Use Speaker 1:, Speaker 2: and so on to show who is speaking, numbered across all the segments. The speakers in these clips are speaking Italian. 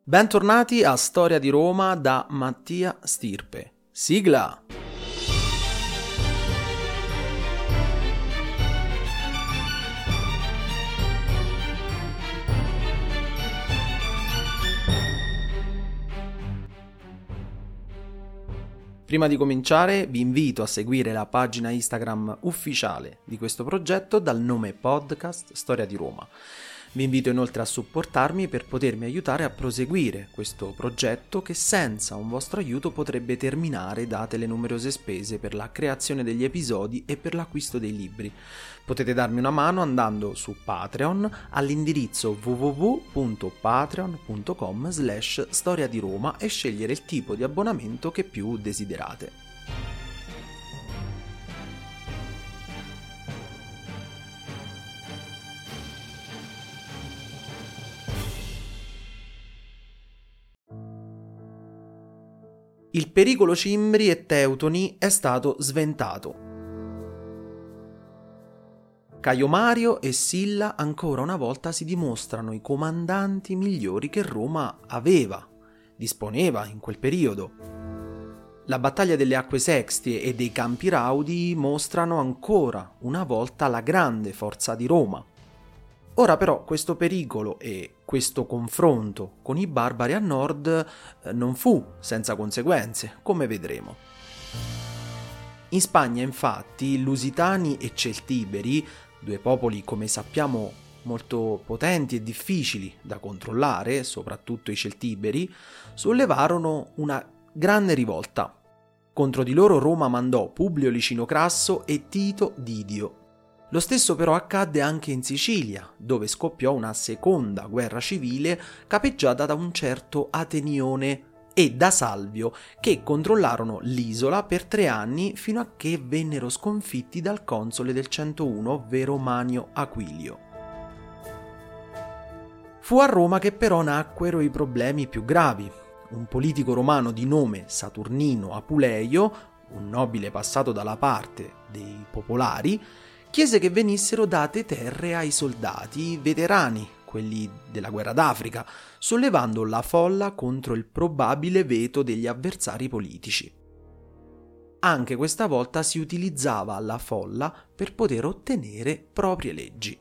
Speaker 1: Bentornati a Storia di Roma da Mattia Stirpe. Sigla! Prima di cominciare vi invito a seguire la pagina Instagram ufficiale di questo progetto dal nome Podcast Storia di Roma. Vi invito inoltre a supportarmi per potermi aiutare a proseguire questo progetto che senza un vostro aiuto potrebbe terminare date le numerose spese per la creazione degli episodi e per l'acquisto dei libri. Potete darmi una mano andando su Patreon all'indirizzo www.patreon.com/storia di Roma e scegliere il tipo di abbonamento che più desiderate. Il pericolo Cimbri e Teutoni è stato sventato. Caio Mario e Silla ancora una volta si dimostrano i comandanti migliori che Roma disponeva in quel periodo. La battaglia delle Acque Sextie e dei Campi Raudi mostrano ancora una volta la grande forza di Roma. Ora però questo pericolo e questo confronto con i barbari a nord non fu senza conseguenze, come vedremo. In Spagna, infatti, Lusitani e Celtiberi, due popoli come sappiamo molto potenti e difficili da controllare, soprattutto i Celtiberi, sollevarono una grande rivolta. Contro di loro Roma mandò Publio Licino Crasso e Tito Didio. Lo stesso però accadde anche in Sicilia, dove scoppiò una seconda guerra civile capeggiata da un certo Atenione e da Salvio, che controllarono l'isola per 3 anni fino a che vennero sconfitti dal console del 101, ovvero Manio Aquilio. Fu a Roma che però nacquero i problemi più gravi. Un politico romano di nome Saturnino Apuleio, un nobile passato dalla parte dei popolari, chiese che venissero date terre ai soldati veterani, quelli della guerra d'Africa, sollevando la folla contro il probabile veto degli avversari politici. Anche questa volta si utilizzava la folla per poter ottenere proprie leggi.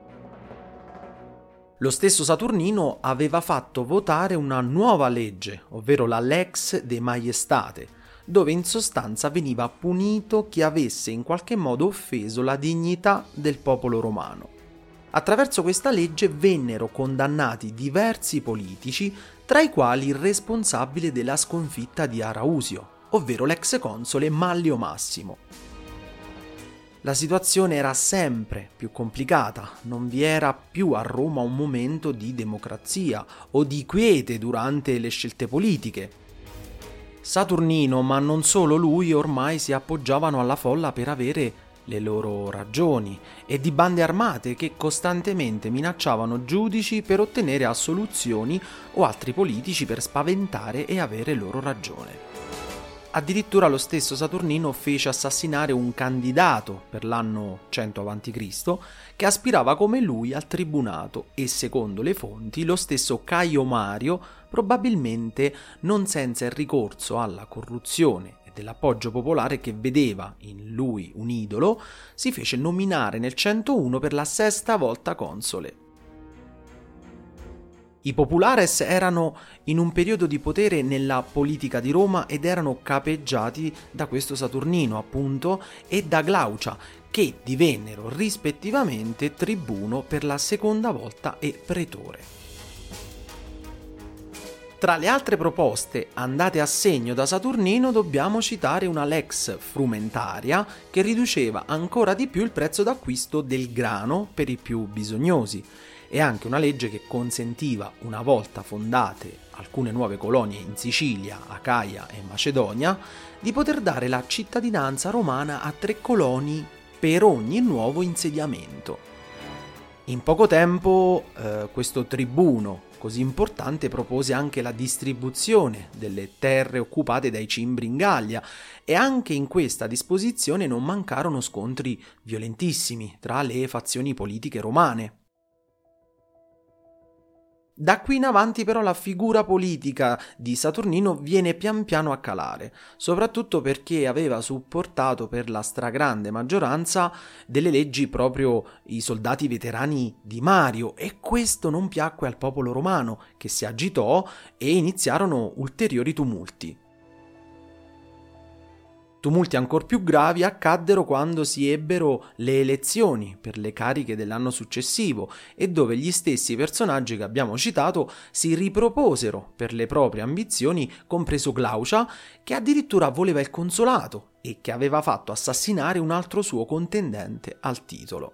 Speaker 1: Lo stesso Saturnino aveva fatto votare una nuova legge, ovvero la Lex de Majestate, dove in sostanza veniva punito chi avesse in qualche modo offeso la dignità del popolo romano. Attraverso questa legge vennero condannati diversi politici, tra i quali il responsabile della sconfitta di Arausio, ovvero l'ex console Mallio Massimo. La situazione era sempre più complicata, non vi era più a Roma un momento di democrazia o di quiete durante le scelte politiche. Saturnino, ma non solo lui, ormai si appoggiavano alla folla per avere le loro ragioni e di bande armate che costantemente minacciavano giudici per ottenere assoluzioni o altri politici per spaventare e avere loro ragione. Addirittura lo stesso Saturnino fece assassinare un candidato per l'anno 100 a.C. che aspirava come lui al tribunato e, secondo le fonti, lo stesso Caio Mario, probabilmente non senza il ricorso alla corruzione e dell'appoggio popolare che vedeva in lui un idolo, si fece nominare nel 101 per la 6ª volta console. I populares erano in un periodo di potere nella politica di Roma ed erano capeggiati da questo Saturnino, appunto, e da Glaucia, che divennero rispettivamente tribuno per la 2ª volta e pretore. Tra le altre proposte andate a segno da Saturnino dobbiamo citare una lex frumentaria che riduceva ancora di più il prezzo d'acquisto del grano per i più bisognosi, e anche una legge che consentiva, una volta fondate alcune nuove colonie in Sicilia, Acaia e Macedonia, di poter dare la cittadinanza romana a 3 coloni per ogni nuovo insediamento. In poco tempo questo tribuno così importante propose anche la distribuzione delle terre occupate dai Cimbri in Gallia, e anche in questa disposizione non mancarono scontri violentissimi tra le fazioni politiche romane. Da qui in avanti però la figura politica di Saturnino viene pian piano a calare, soprattutto perché aveva supportato per la stragrande maggioranza delle leggi proprio i soldati veterani di Mario, e questo non piacque al popolo romano, che si agitò e iniziarono ulteriori tumulti. Tumulti ancor più gravi accaddero quando si ebbero le elezioni per le cariche dell'anno successivo, e dove gli stessi personaggi che abbiamo citato si riproposero per le proprie ambizioni, compreso Glaucia, che addirittura voleva il consolato e che aveva fatto assassinare un altro suo contendente al titolo.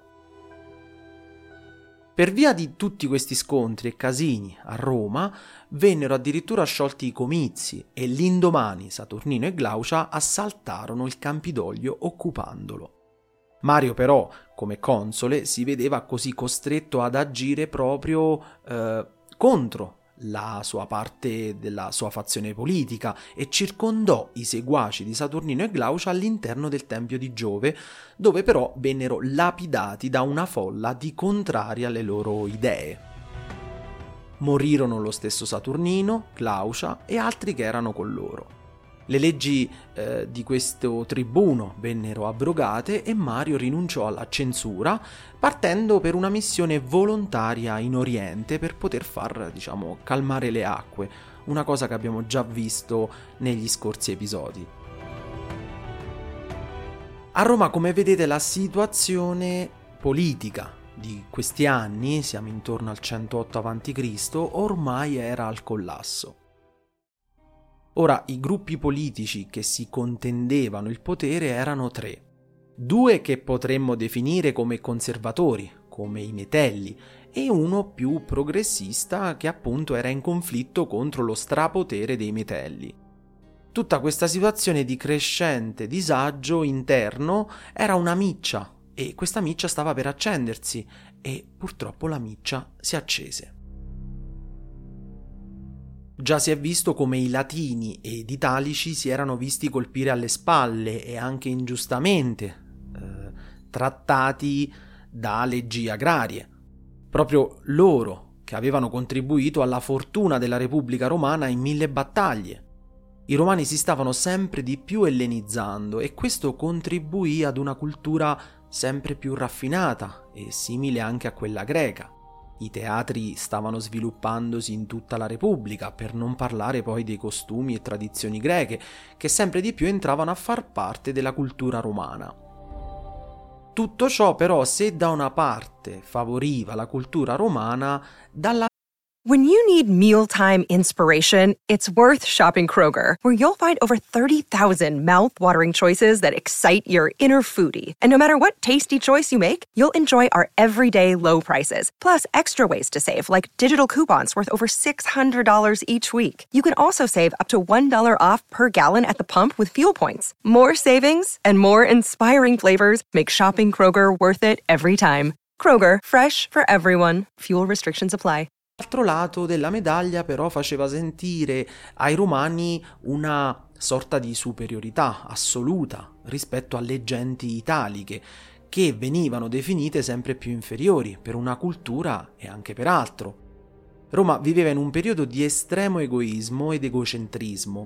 Speaker 1: Per via di tutti questi scontri e casini a Roma vennero addirittura sciolti i comizi, e l'indomani Saturnino e Glaucia assaltarono il Campidoglio occupandolo. Mario però, come console, si vedeva così costretto ad agire proprio contro la sua parte della sua fazione politica, e circondò i seguaci di Saturnino e Glaucia all'interno del Tempio di Giove, dove però vennero lapidati da una folla di contrari alle loro idee. Morirono lo stesso Saturnino, Glaucia e altri che erano con loro. Le leggi di questo tribuno vennero abrogate e Mario rinunciò alla censura, partendo per una missione volontaria in Oriente per poter far, calmare le acque, una cosa che abbiamo già visto negli scorsi episodi. A Roma, come vedete, la situazione politica di questi anni, siamo intorno al 108 a.C., ormai era al collasso. Ora, i gruppi politici che si contendevano il potere erano tre. Due che potremmo definire come conservatori, come i Metelli, e uno più progressista che appunto era in conflitto contro lo strapotere dei Metelli. Tutta questa situazione di crescente disagio interno era una miccia, e questa miccia stava per accendersi, e purtroppo la miccia si accese. Già si è visto come i Latini ed Italici si erano visti colpire alle spalle e anche ingiustamente trattati da leggi agrarie. Proprio loro che avevano contribuito alla fortuna della Repubblica Romana in 1000 battaglie. I romani si stavano sempre di più ellenizzando, e questo contribuì ad una cultura sempre più raffinata e simile anche a quella greca. I teatri stavano sviluppandosi in tutta la Repubblica, per non parlare poi dei costumi e tradizioni greche, che sempre di più entravano a far parte della cultura romana. Tutto ciò però, se da una parte favoriva la cultura romana, dalla
Speaker 2: When you need mealtime inspiration, it's worth shopping Kroger, where you'll find over 30,000 mouth-watering choices that excite your inner foodie. And no matter what tasty choice you make, you'll enjoy our everyday low prices, plus extra ways to save, like digital coupons worth over $600 each week. You can also save up to $1 off per gallon at the pump with fuel points. More savings and more inspiring flavors make shopping Kroger worth it every time. Kroger, fresh for everyone. Fuel restrictions apply.
Speaker 1: L'altro lato della medaglia però faceva sentire ai romani una sorta di superiorità assoluta rispetto alle genti italiche, che venivano definite sempre più inferiori per una cultura e anche per altro. Roma viveva in un periodo di estremo egoismo ed egocentrismo.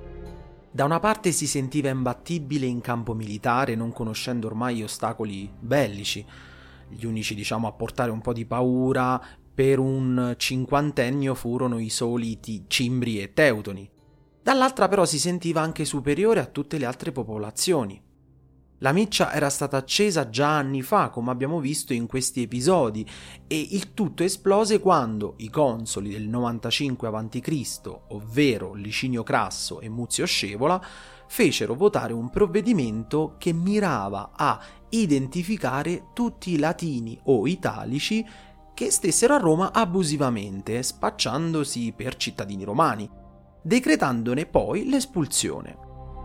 Speaker 1: Da una parte si sentiva imbattibile in campo militare, non conoscendo ormai ostacoli bellici. Gli unici, a portare un po' di paura per un cinquantennio furono i soliti Cimbri e Teutoni. Dall'altra però si sentiva anche superiore a tutte le altre popolazioni. La miccia era stata accesa già anni fa, come abbiamo visto in questi episodi, e il tutto esplose quando i consoli del 95 a.C., ovvero Licinio Crasso e Muzio Scevola, fecero votare un provvedimento che mirava a identificare tutti i latini o italici che stessero a Roma abusivamente, spacciandosi per cittadini romani, decretandone poi l'espulsione.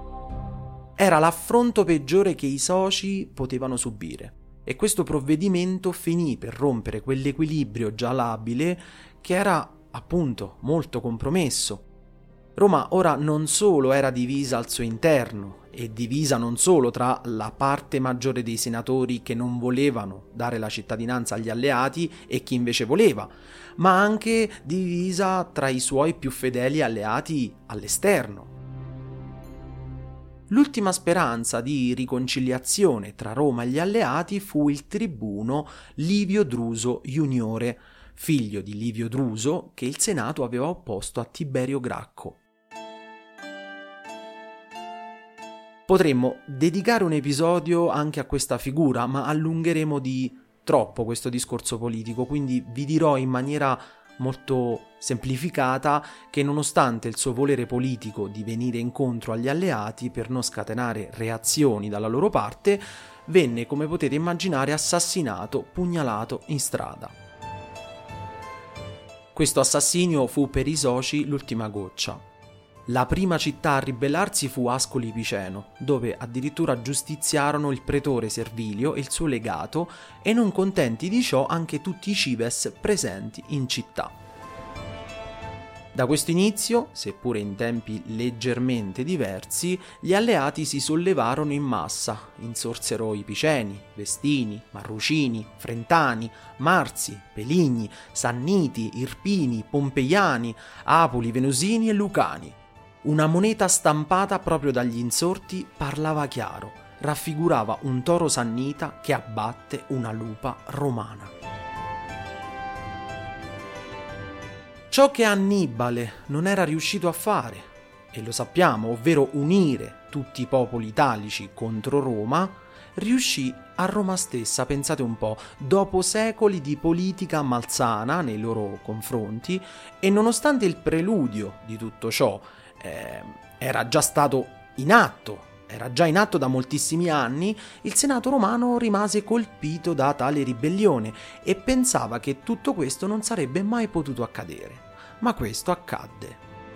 Speaker 1: Era l'affronto peggiore che i soci potevano subire, e questo provvedimento finì per rompere quell'equilibrio già labile che era appunto molto compromesso. Roma ora non solo era divisa al suo interno, e divisa non solo tra la parte maggiore dei senatori che non volevano dare la cittadinanza agli alleati e chi invece voleva, ma anche divisa tra i suoi più fedeli alleati all'esterno. L'ultima speranza di riconciliazione tra Roma e gli alleati fu il tribuno Livio Druso Juniore, figlio di Livio Druso che il Senato aveva opposto a Tiberio Gracco. Potremmo dedicare un episodio anche a questa figura, ma allungheremo di troppo questo discorso politico, quindi vi dirò in maniera molto semplificata che nonostante il suo volere politico di venire incontro agli alleati per non scatenare reazioni dalla loro parte, venne, come potete immaginare, assassinato, pugnalato in strada. Questo assassinio fu per i soci l'ultima goccia. La prima città a ribellarsi fu Ascoli Piceno, dove addirittura giustiziarono il pretore Servilio e il suo legato e non contenti di ciò anche tutti i cives presenti in città. Da questo inizio, seppure in tempi leggermente diversi, gli alleati si sollevarono in massa, insorsero i Piceni, Vestini, Marrucini, Frentani, Marsi, Peligni, Sanniti, Irpini, Pompeiani, Apuli, Venusini e Lucani. Una moneta stampata proprio dagli insorti parlava chiaro, raffigurava un toro sannita che abbatte una lupa romana. Ciò che Annibale non era riuscito a fare, e lo sappiamo, ovvero unire tutti i popoli italici contro Roma, riuscì a Roma stessa, pensate un po', dopo secoli di politica malsana nei loro confronti, e nonostante il preludio di tutto ciò era già in atto da moltissimi anni, il Senato romano rimase colpito da tale ribellione e pensava che tutto questo non sarebbe mai potuto accadere. Ma questo accadde.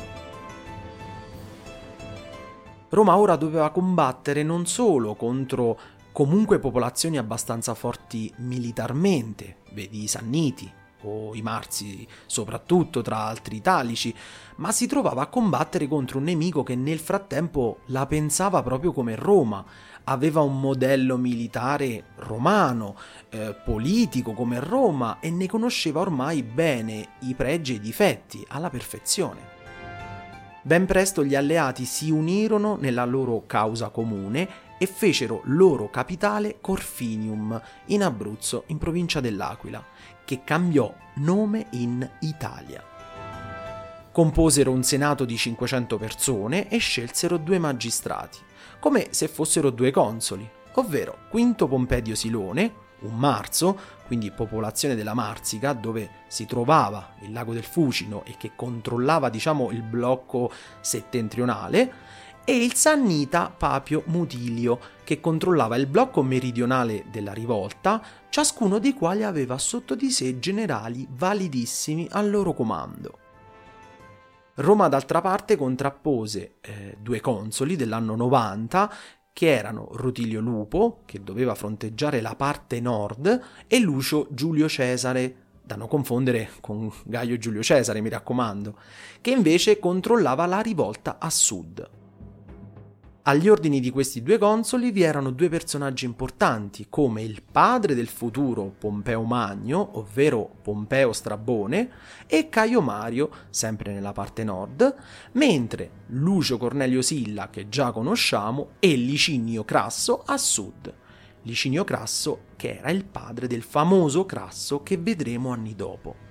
Speaker 1: Roma ora doveva combattere non solo contro comunque popolazioni abbastanza forti militarmente, vedi i Sanniti o i Marsi, soprattutto tra altri italici, ma si trovava a combattere contro un nemico che nel frattempo la pensava proprio come Roma, aveva un modello militare romano, politico come Roma e ne conosceva ormai bene i pregi e i difetti alla perfezione. Ben presto gli alleati si unirono nella loro causa comune e fecero loro capitale Corfinium, in Abruzzo, in provincia dell'Aquila, che cambiò nome in Italia. Composero un senato di 500 persone e scelsero 2 magistrati, come se fossero 2 consoli, ovvero Quinto Pompedio Silone, un Marso, quindi popolazione della Marsica, dove si trovava il lago del Fucino e che controllava, il blocco settentrionale, e il Sannita Papio Mutilio, che controllava il blocco meridionale della rivolta, ciascuno dei quali aveva sotto di sé generali validissimi al loro comando. Roma, d'altra parte, contrappose 2 consoli dell'anno 90, che erano Rutilio Lupo, che doveva fronteggiare la parte nord, e Lucio Giulio Cesare, da non confondere con Gaio Giulio Cesare, mi raccomando, che invece controllava la rivolta a sud. Agli ordini di questi 2 consoli vi erano 2 personaggi importanti, come il padre del futuro Pompeo Magno, ovvero Pompeo Strabone, e Caio Mario, sempre nella parte nord, mentre Lucio Cornelio Silla, che già conosciamo, e Licinio Crasso a sud. Licinio Crasso, che era il padre del famoso Crasso che vedremo anni dopo.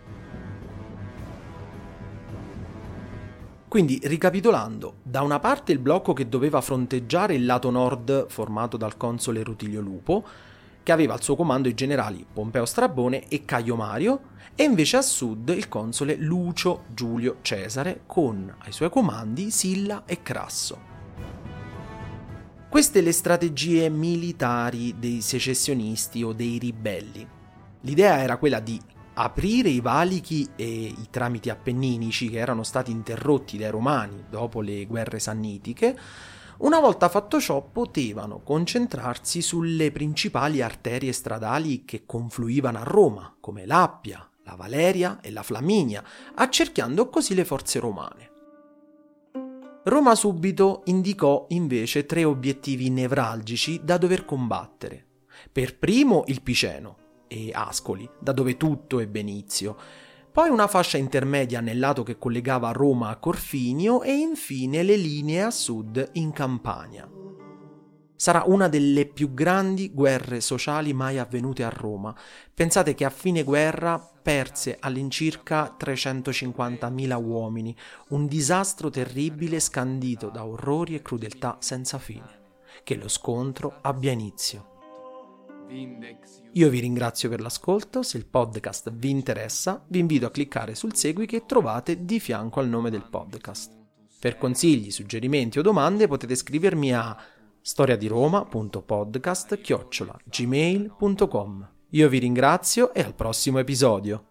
Speaker 1: Quindi, ricapitolando, da una parte il blocco che doveva fronteggiare il lato nord formato dal console Rutilio Lupo, che aveva al suo comando i generali Pompeo Strabone e Caio Mario, e invece a sud il console Lucio Giulio Cesare con ai suoi comandi Silla e Crasso. Queste le strategie militari dei secessionisti o dei ribelli. L'idea era quella di aprire i valichi e i tramiti appenninici che erano stati interrotti dai Romani dopo le guerre sannitiche. Una volta fatto ciò potevano concentrarsi sulle principali arterie stradali che confluivano a Roma, come l'Appia, la Valeria e la Flaminia, accerchiando così le forze romane. Roma subito indicò invece 3 obiettivi nevralgici da dover combattere. Per primo il Piceno e Ascoli, da dove tutto ebbe inizio, poi una fascia intermedia nel lato che collegava Roma a Corfinio e infine le linee a sud in Campania. Sarà una delle più grandi guerre sociali mai avvenute a Roma. Pensate che a fine guerra perse all'incirca 350.000 uomini, un disastro terribile scandito da orrori e crudeltà senza fine. Che lo scontro abbia inizio. Io vi ringrazio per l'ascolto, se il podcast vi interessa vi invito a cliccare sul segui che trovate di fianco al nome del podcast. Per consigli, suggerimenti o domande potete scrivermi a storiadiroma.podcast@gmail.com. Io vi ringrazio e al prossimo episodio.